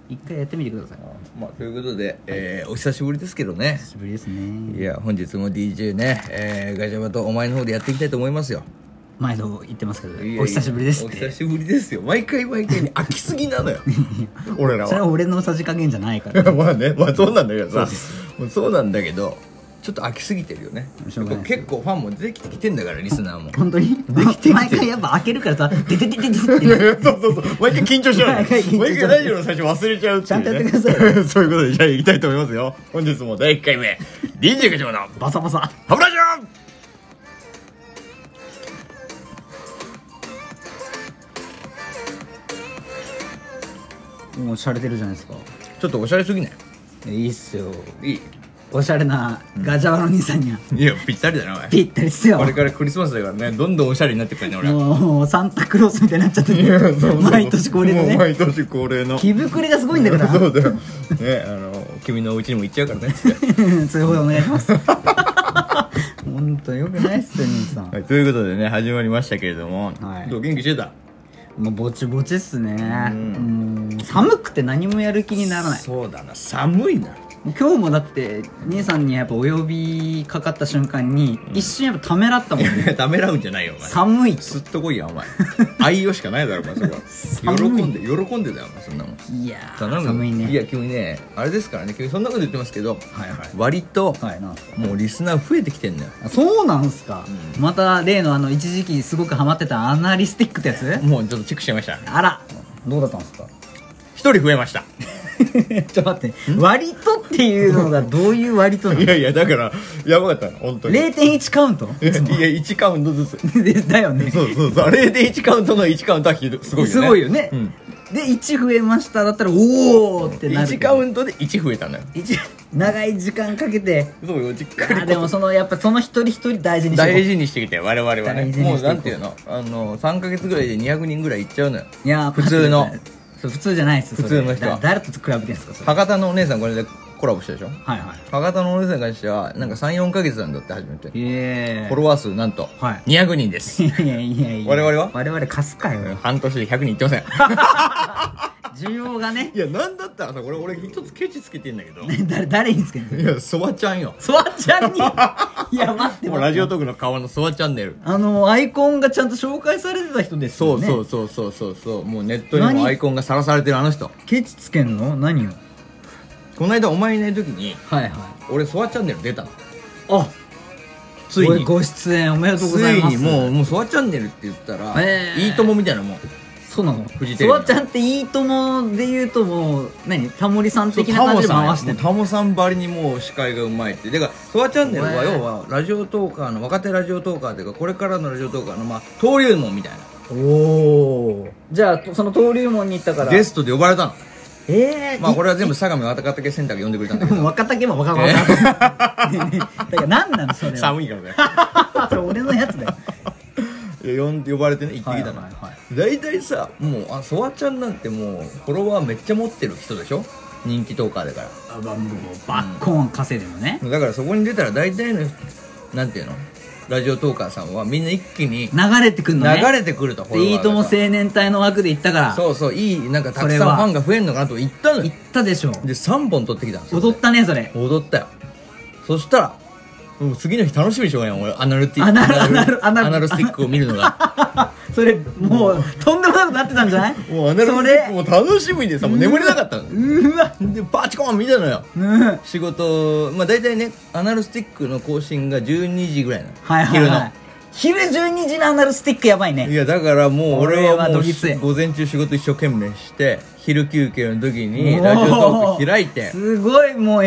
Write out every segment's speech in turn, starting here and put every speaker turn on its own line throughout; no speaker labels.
一回やってみてください。
まあということで、お久しぶりですけどね。
久しぶりですね。
いや本日も DJ ね、ガチャバとお前の方でやっていきたいと思いますよ。
毎度言ってますけど、
いやいや
お久しぶりですって。
お久しぶりですよ。毎回毎回ね飽きすぎなのよ俺ら
それは
は
俺のさじ加減じゃないから
まあね、まあそうなんだけどさ、
そう
もうそうなんだけどちょっと飽きすぎてるよね。
しょうがない
結構ファンも出てきてきてんだからリスナーも
本当に
できてきてる
毎回やっぱ開けるからさデデデデデって
いやいやそうそうそう毎回緊張しちゃう
毎回緊張しちゃう
毎回ラジオの最初忘れちゃうっていう、ね、
ちゃんとやってくださいよ
そういうことでじゃあ行きたいと思いますよ。本日も第1回目 DJ ガチャバの
バサバサ。
ハブラジ
もう洒落てるじゃないですか。
オちょっとおしゃれすぎない
いいっすよ。
いい
おしゃれなガチャバの兄さんにはい
やぴったりだなお前
ぴったりっすよ。
これからクリスマスだからねどんどんおしゃれになってくるね俺は。
もうサンタクロースみたいになっちゃって
いやそうそう
る毎年恒例の
もう
ね
毎年恒例の
着膨れがすごいんだから
そうだよね君のお家にも行っちゃうからね
そういうことお願いします本当よくないっすよ兄さん。
はい、ということでね始まりましたけれども、
はい
どう元気してた？
もうぼちぼちっすね。寒くて何もやる気にならない。
そうだな寒いな
今日もだって兄さんにやっぱお呼びかかった瞬間に一瞬やっぱためらったもんね
ためらうんじゃないよお前
寒い
すっとこいやお前愛用しかないだろお前それは喜
寒い
んでだよお前そんなもん
いや
頼む
ー寒いね。
いや君ねあれですからね君そんなこと言ってますけど
はいはい
割と
はいなんすか。
もうリスナー増えてきてんだよ
あそうなんすか、また例の一時期すごくハマってたアナリスティックってやつ
もうちょっとチェックしちゃいました
あらどうだったんですか
一人増えました
ちょっと待って割とっていうのがどういう割となの
いやいやだからやばかったの本当に
0.1 カウント
いや1カウントずつ
でだよね
そうそうそう0.1カウントの1カウントはすごいよね
すごいよね、
うん
で1増えましただったらおおってなる
1カウントで1増えたのよ
長い時間かけて
そうよじっくり
でもやっぱその一人一人大事にして
大事にしてきて我々はね
大事にしていこう
もうなんていうの3ヶ月ぐらいで200人ぐらいいっちゃうのよ
いや
普通の
そう普通じゃないですそれ
普通の人は
誰と比べてんですかそれ
博多のお姉さんこれでコラボしたでしょ。
はいはい
博多のお姉さんに関してはなんか 3,4 ヶ月なんだって初めて
え
フォロワー数なんと
はい
200人です
いやいやいやいや
我々は
我々貸すかよ
半年で100人いってません
需要がね
いやなんだったらさ俺一つケチつけてんだけど
誰につけんの
いやそばちゃんよ
そわちゃんにいや待って
もうラジオトークの顔のそばチャンネル
アイコンがちゃんと紹介されてた人ですよね。
そうそうそうそうそうそうもうネットにもアイコンがさらされてるあの人
ケチつけんの何を
この間お前いない時に
はいはい
俺そばチャンネル出たの
あ
ついに
ご出演おめでとうご
つい
ざいます。
にもうそばチャンネルって言ったらいいともみたいなもん
そうなの
フジテレビ
そわちゃんっていいともで言うともうタモリさん的な感じで回してる
タモさんばりにもう司会がうまいってだからそばチャンネルは要はラジオトーカーの若手ラジオトーカーというかこれからのラジオトーカーの登竜門みたいな
おおじゃあその登竜門に行ったから
ゲストで呼ばれたのこれは全部相模若竹センターが呼んでくれたんだけど
若竹も若竹だから何なのそれは
寒いからね
それ俺のやつだよ
呼ばれてね行ってきたの大体さもうそばちゃんなんてもうフォロワーめっちゃ持ってる人でしょ人気トーカーだから
もうバッコーン稼いでるのね
だからそこに出たら大体のなんていうのラジオトーカーさんはみんな一気に
流れてくんのね
流れてくると
でいいとも青年隊の枠で行ったから
そうそういいなんかたくさんファンが増えるのかなと言ったのよ
行ったでしょ
で3本取ってきたんですよ
踊ったねそれ
踊ったよそしたらもう次の日楽しみにしょうがない俺アナルスティックを見るのが
それもうとんでもなくなってたんじゃない
もうアナルスティックも楽しみでさもう眠れなかったの
うわ
でバチコン見たのよ仕事大体ねアナルスティックの更新が12時ぐらいなの
はいはいはい昼12時のアナルスティックやばいね
いやだからもう俺はもう
これはどぎつい
午前中仕事一生懸命して昼休憩の時にラジオトーク開いて
すごいもう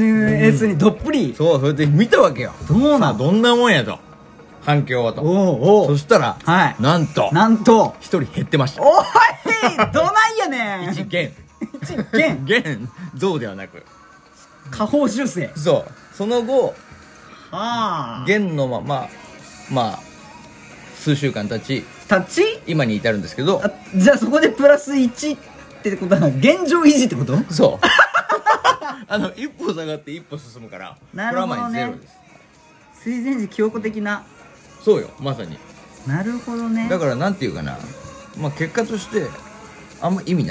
SNS にどっぷり
そうそれで見たわけよ
どうなの
どんなもんやと反響はと
おう
そしたら
はい
なんと一人減ってました
おいどないやねん
一減
一減
減増ではなく
下方修正
そうその後
はあ
減のまま数週間経ち今に至るんですけど
じゃあそこでプラス1ってことは現状維持ってこと
そう一歩下がって一歩進むから
なるほどね
プラマイゼロです
水前寺清子的な
そうよまさに
なるほどね
だからなんていうかな結果としてあんま意味なかった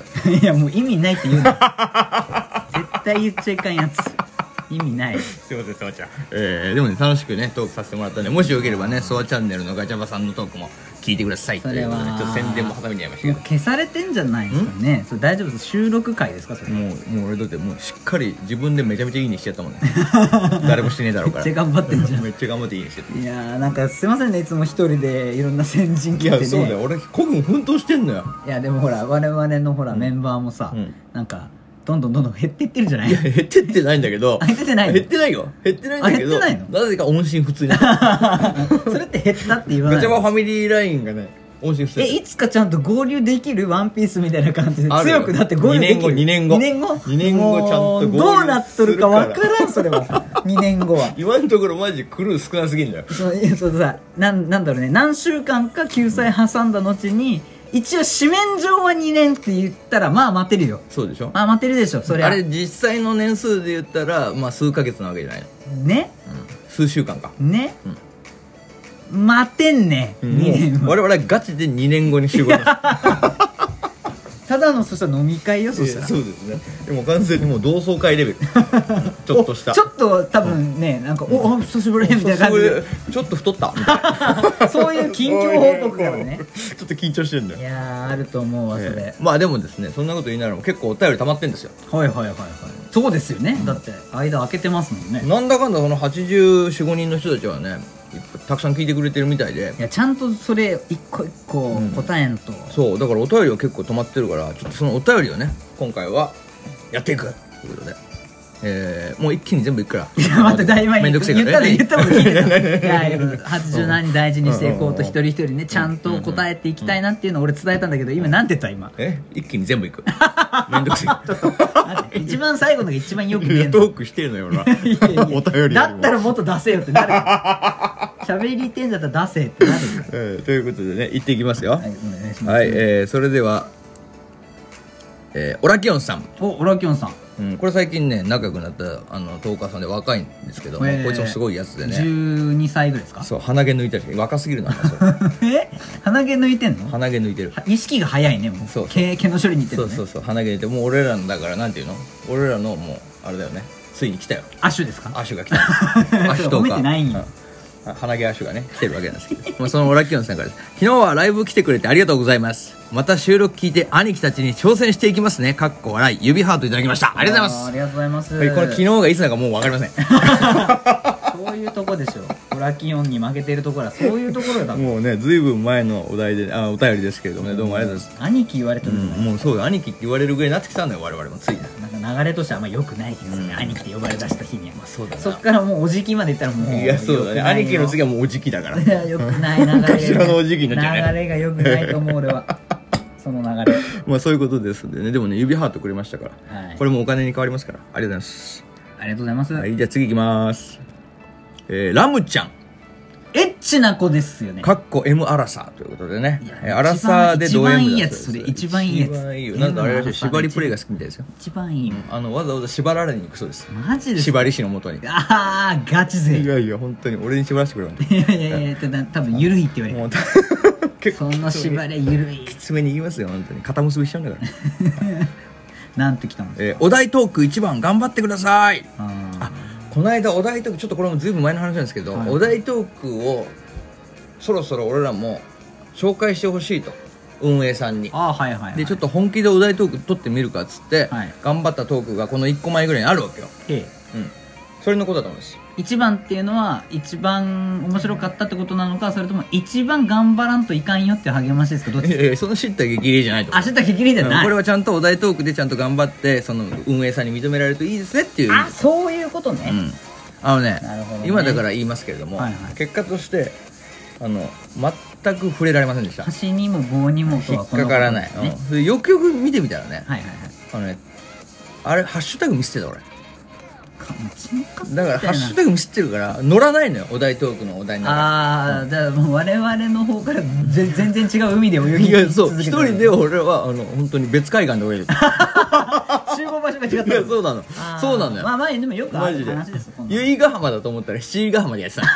いやもう意味ないって言うの絶対言っちゃいかんやつ意味ない。
すいませんソワちゃん、でもね楽しくねトークさせてもらったんで、もしよければねソワチャンネルのガチャバさんのトークも聞いてくださいということで、ちょっと宣伝も挟みにやりましたけど、
もう消されてんじゃないですかね。それ大丈夫です。収録回ですかそれ。
もう俺だってもうしっかり自分でめちゃめちゃいいねしちゃったもんね誰もしてねえだろうから
めっちゃ頑張ってんじゃん
めっちゃ頑張っていいねしてた。
いやーなんかすいませんね、いつも一人でいろんな先陣
い
切ってね。
やそうだよ、俺孤軍奮闘してんのよ。
いやでもほら我々のほら、メンバーもさ、なんかどんどん減っていってるじゃない。
いや減ってってないんだけど
減ってないの。
減ってないよ、減ってないんだけど、
減ってないの
なぜか音信不通になった
それって減ったって言わないの。
ガチャバファミリーラインがね音信不通。
いつかちゃんと合流できるワンピースみたいな感じで
あるよ
強くなって合流できる。
2年後
2年後
2年後ちゃんと合流
もうどうなっとるかわからんそれは2年後は
今のところマジクルー少なすぎんだよ。
そうさなんだろうね、何週間か救済挟んだ後に一応紙面上は2年って言ったらまあ待てるよ。
そうでしょ。
まあ待てるでしょそれは。
あれ実際の年数で言ったらまあ数ヶ月なわけじゃないの。
ね
数週間か。
ね、待てんね2年は。
もう我々はガチで2年後に集合します
ただのそしたら飲み会よそしたら。
そうですね。でも完全にもう同窓会レベルちょっとした
ちょっと多分ねなんかお久しぶりみたいな感じで
ちょっと太ったみたいな
そういう近況報告をね
ちょっと緊張してるんだよ。
いやーあると思うわそれ、
まあでもですねそんなこと言いながらも結構お便り溜まってんですよ。
はいはいはいはい。そうですよね、だって間空けてますもんね。
なんだかんだその84、5人の人たちはねたくさん聞いてくれてるみたいで、
いやちゃんとそれ一個一個答えんと、
そうだからお便りは結構止まってるから、ちょっとそのお便りをね今回はやっていくということで、もう一気に全部いくから。
いや待ってだいぶ
めんどくせえから
言ったこと聞いてたいや80何大事にしていこうと一人一人ねちゃんと答えていきたいなっていうのを俺伝えたんだけど、今なんて言った今
一気に全部いくめんどくせえ
一番最後のが一番よく見えんの
トークしてるのよな
いやいや
お便りよりも
だったらもっと出せよってなる喋りてんだったら出せってなるよ
ということでね行っていきますよ。
はいお願いします。
はい、それでは、オラキオンさん、
オラキオンさん
これ最近ね仲良くなったトーカーさんで若いんですけども、こいつもすごいやつでね
12歳ぐらいですか。
そう鼻毛抜いたり若すぎるなそれ
鼻毛抜いてんの。
鼻毛抜いてる。
意識が早いねもう。
そう
毛の処理にいってるのね。
そう鼻毛抜いてもう俺らのだからなんていうの俺らのもうあれだよねついに来たよ。
アシュですか。
アシュが来たアシュと
褒めてないんよ。
鼻毛アシュがね来てるわけなんですけどまあそのオラキオンさんからです。昨日はライブ来てくれてありがとうございます。また収録聞いて兄貴たちに挑戦していきますね。かっこ笑い指ハートいただきました。ありがとうございます。
ありがとうございます。
はい、この昨日がいつだかもう分かりません
そういうとこでしょ。オラキオンに負けてるところはそういうところだ。
もうねずいぶん前のお題でお便りですけれどもね、どうもありがとうございます。
兄貴言われてるんだね。
もうそうよ兄貴って言われるぐらいになってきたんだよ我々もついに。
なんか流れとしてはあんま良くないですよね、兄貴って呼ばれ出した日には。
そうだな。
そっからもうおじきまでいったらもう
いやそうだね、兄貴の次はもうおじきだから
いや良くない流れが
頭のおじきになっちゃうね
流れが良くないと思う俺はその流れ
まあそういうことですんでね。でもね指ハートくれましたから、
はい
これもお金に変わりますからありがとうございます。
ありがとうございます、
はいじゃあ次いきます。ラムちゃん
エッチな子ですよね。
かっこ M アラサーということでね、
いや
アラサーでド M
一番いいやつそれ一番いいやつ。
一番いいよ。なんかあれらしい縛りプレイが好きみたいですよ。
一番いいよ、
わざわざ縛られに行くそうです。
マジですか。
縛り師のもとに。
ああガチ勢。
いやいや本当に俺に縛らせてくれ本
いやいやいや多分緩いって言われる。
もう結構
そんな縛りは緩い
きつめに言いますよ本当に。肩結びしちゃうんだから
なんて来たんですか。
お題トーク1番頑張ってください。
あ
この間お題トークちょっとこれもずいぶん前の話なんですけど、
はい
お題トークをそろそろ俺らも紹介してほしいと運営さんに。
あはいはい、はい、
でちょっと本気でお題トーク取ってみるかっつって、
はい
頑張ったトークがこの1個前ぐらいにあるわけよ。それのことだと思います。
一番っていうのは一番面白かったってことなのか、それとも一番頑張らんといかんよって励ましですか、どっちですか。
その知った激励じゃないと思う。
知った激励じゃない、
これはちゃんとお題トークでちゃんと頑張ってその運営さんに認められるといいですねっていう意味です。
そういうことね、
あのね
なるほどね
今だから言いますけれども、
はいはい
結果として全く触れられませんでした。
端にも棒にもと
引っ
はこのこと
かからない、
ですね。
でよくよく見てみたらね、
はいはいはい。
あれハッシュタグ見せてた俺。
血のかす
だからハッシュタグ見せてるから乗らないのよお題トークのお題の中に。
ああ、だからもう我々の方から全然違う海で泳ぎ
いやそう一
続けてる
人で俺は本当に別海岸で泳いでた
集合場所が違ったの。
いやそうなの
あー
そうなのよ。
まあまあでもよくある
マジで
話ですよこんなの
由比ヶ浜だと思ったら七里ヶ浜でやってた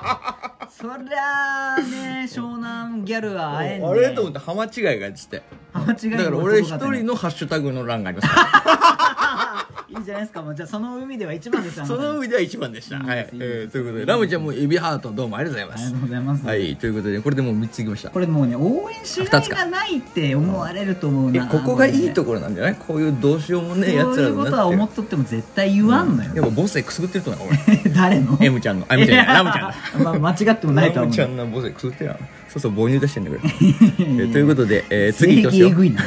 そりゃあね湘南ギャルは会えんね。
あれと思って浜違いがっつって
間違いの
だから俺一人のハッシュタグの欄があります
いいじゃないですか。もうじゃあその海では一番ですよ。
その上では一番でした。はい。
いいです
ということで、ラムちゃんも指ハートどうもありがとうございます。
ありがとうございます。
はい。ということで、これでもう3ついきました。
これもうね、応援しがいがないって思われると思うな。
ここがいいところなんじゃない？こういうどうしようもねえやつら
そういうことは思っとっても絶対言わんのよ。
やっぱ母性くすぐってるとな、俺。
誰の
M ちゃんの。あ、M ちゃん、ラムちゃん
まあ間違ってもないと
ラム
思う。
ちゃんの母性くすぐってるな。そうそう、母乳出してんだからということで、次いきますよ。
性癖えぐいな。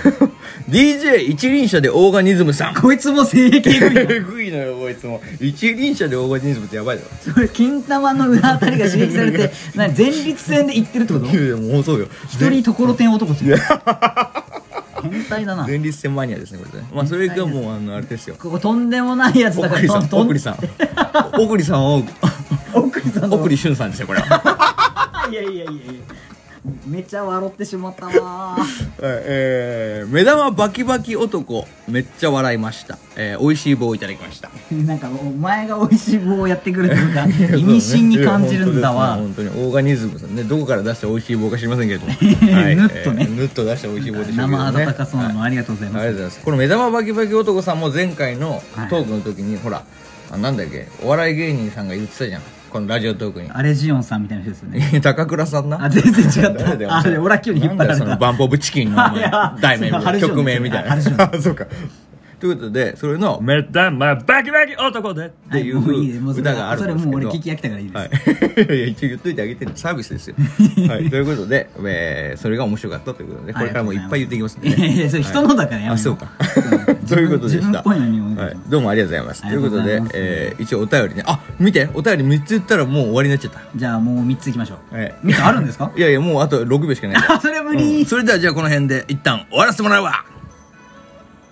DJ 一輪車でオーガニズムさん。
こいつも性癖えぐいな。
えぐいのよ、こいつも。一輪車でオーガニズムってやばいだろ。
それ金玉の裏あたりが刺激されて前立腺で言ってるってこと？
いやいや、もうそうよ。
一人ところてん男じゃん。変態だな。
前立腺マニアですね、これね。まあ、それがもう、あれですよ。
こことんでもないやつだから。
小栗さん。小栗さんを、
小栗さんの。
小栗旬さんですよ、これは。
いやいやいやいや。めちゃ笑ってしまったわ
目玉バキバキ男めっちゃ笑いました、美味しい棒をいただきました。
なんかお前が美味しい棒をやってくるというか意味深に感じるんだわ。
本当にオーガニズムさんね、どこから出した美味しい棒か知りませんけれども
ぬっとね、
ぬっと出した美味しい棒でしょうけどね。
生温かそうなのありがとうございます。
ありがとうございます。この目玉バキバキ男さんも前回のトークの時に、ほらなんだっけ、お笑い芸人さんが言ってたじゃん、このラジオトークに。
アレジオンさんみたいな人ですよね。
高倉さんな。
あ、全然違った。
誰だよ
あれオラキューに引っ張られた。
そのバンポブチキンの題名曲名みたいな。そうか。ということで、それの目玉バキバキ男でっていう歌があるんですけど、
それもう俺聞き飽きたからいいです。
いや一応言っといてあげてるサービスですよ。はい。ということで、それが面白かったということで、これからもいっぱい言っていきますんでね。
いやそれ人のだからやめろ。
あ、そうか。ということでした。
自分っぽいのにも。
はい。どうもありがとうございます。ということで、一応お便りね。あ、見て、お便り3つ言ったらもう終わりになっちゃった。
じゃあもう3ついきましょう。3つあるんですか？
いやいや、もうあと6秒しかない。
それ無理。
それではじゃあこの辺で一旦終わらせてもらうわ。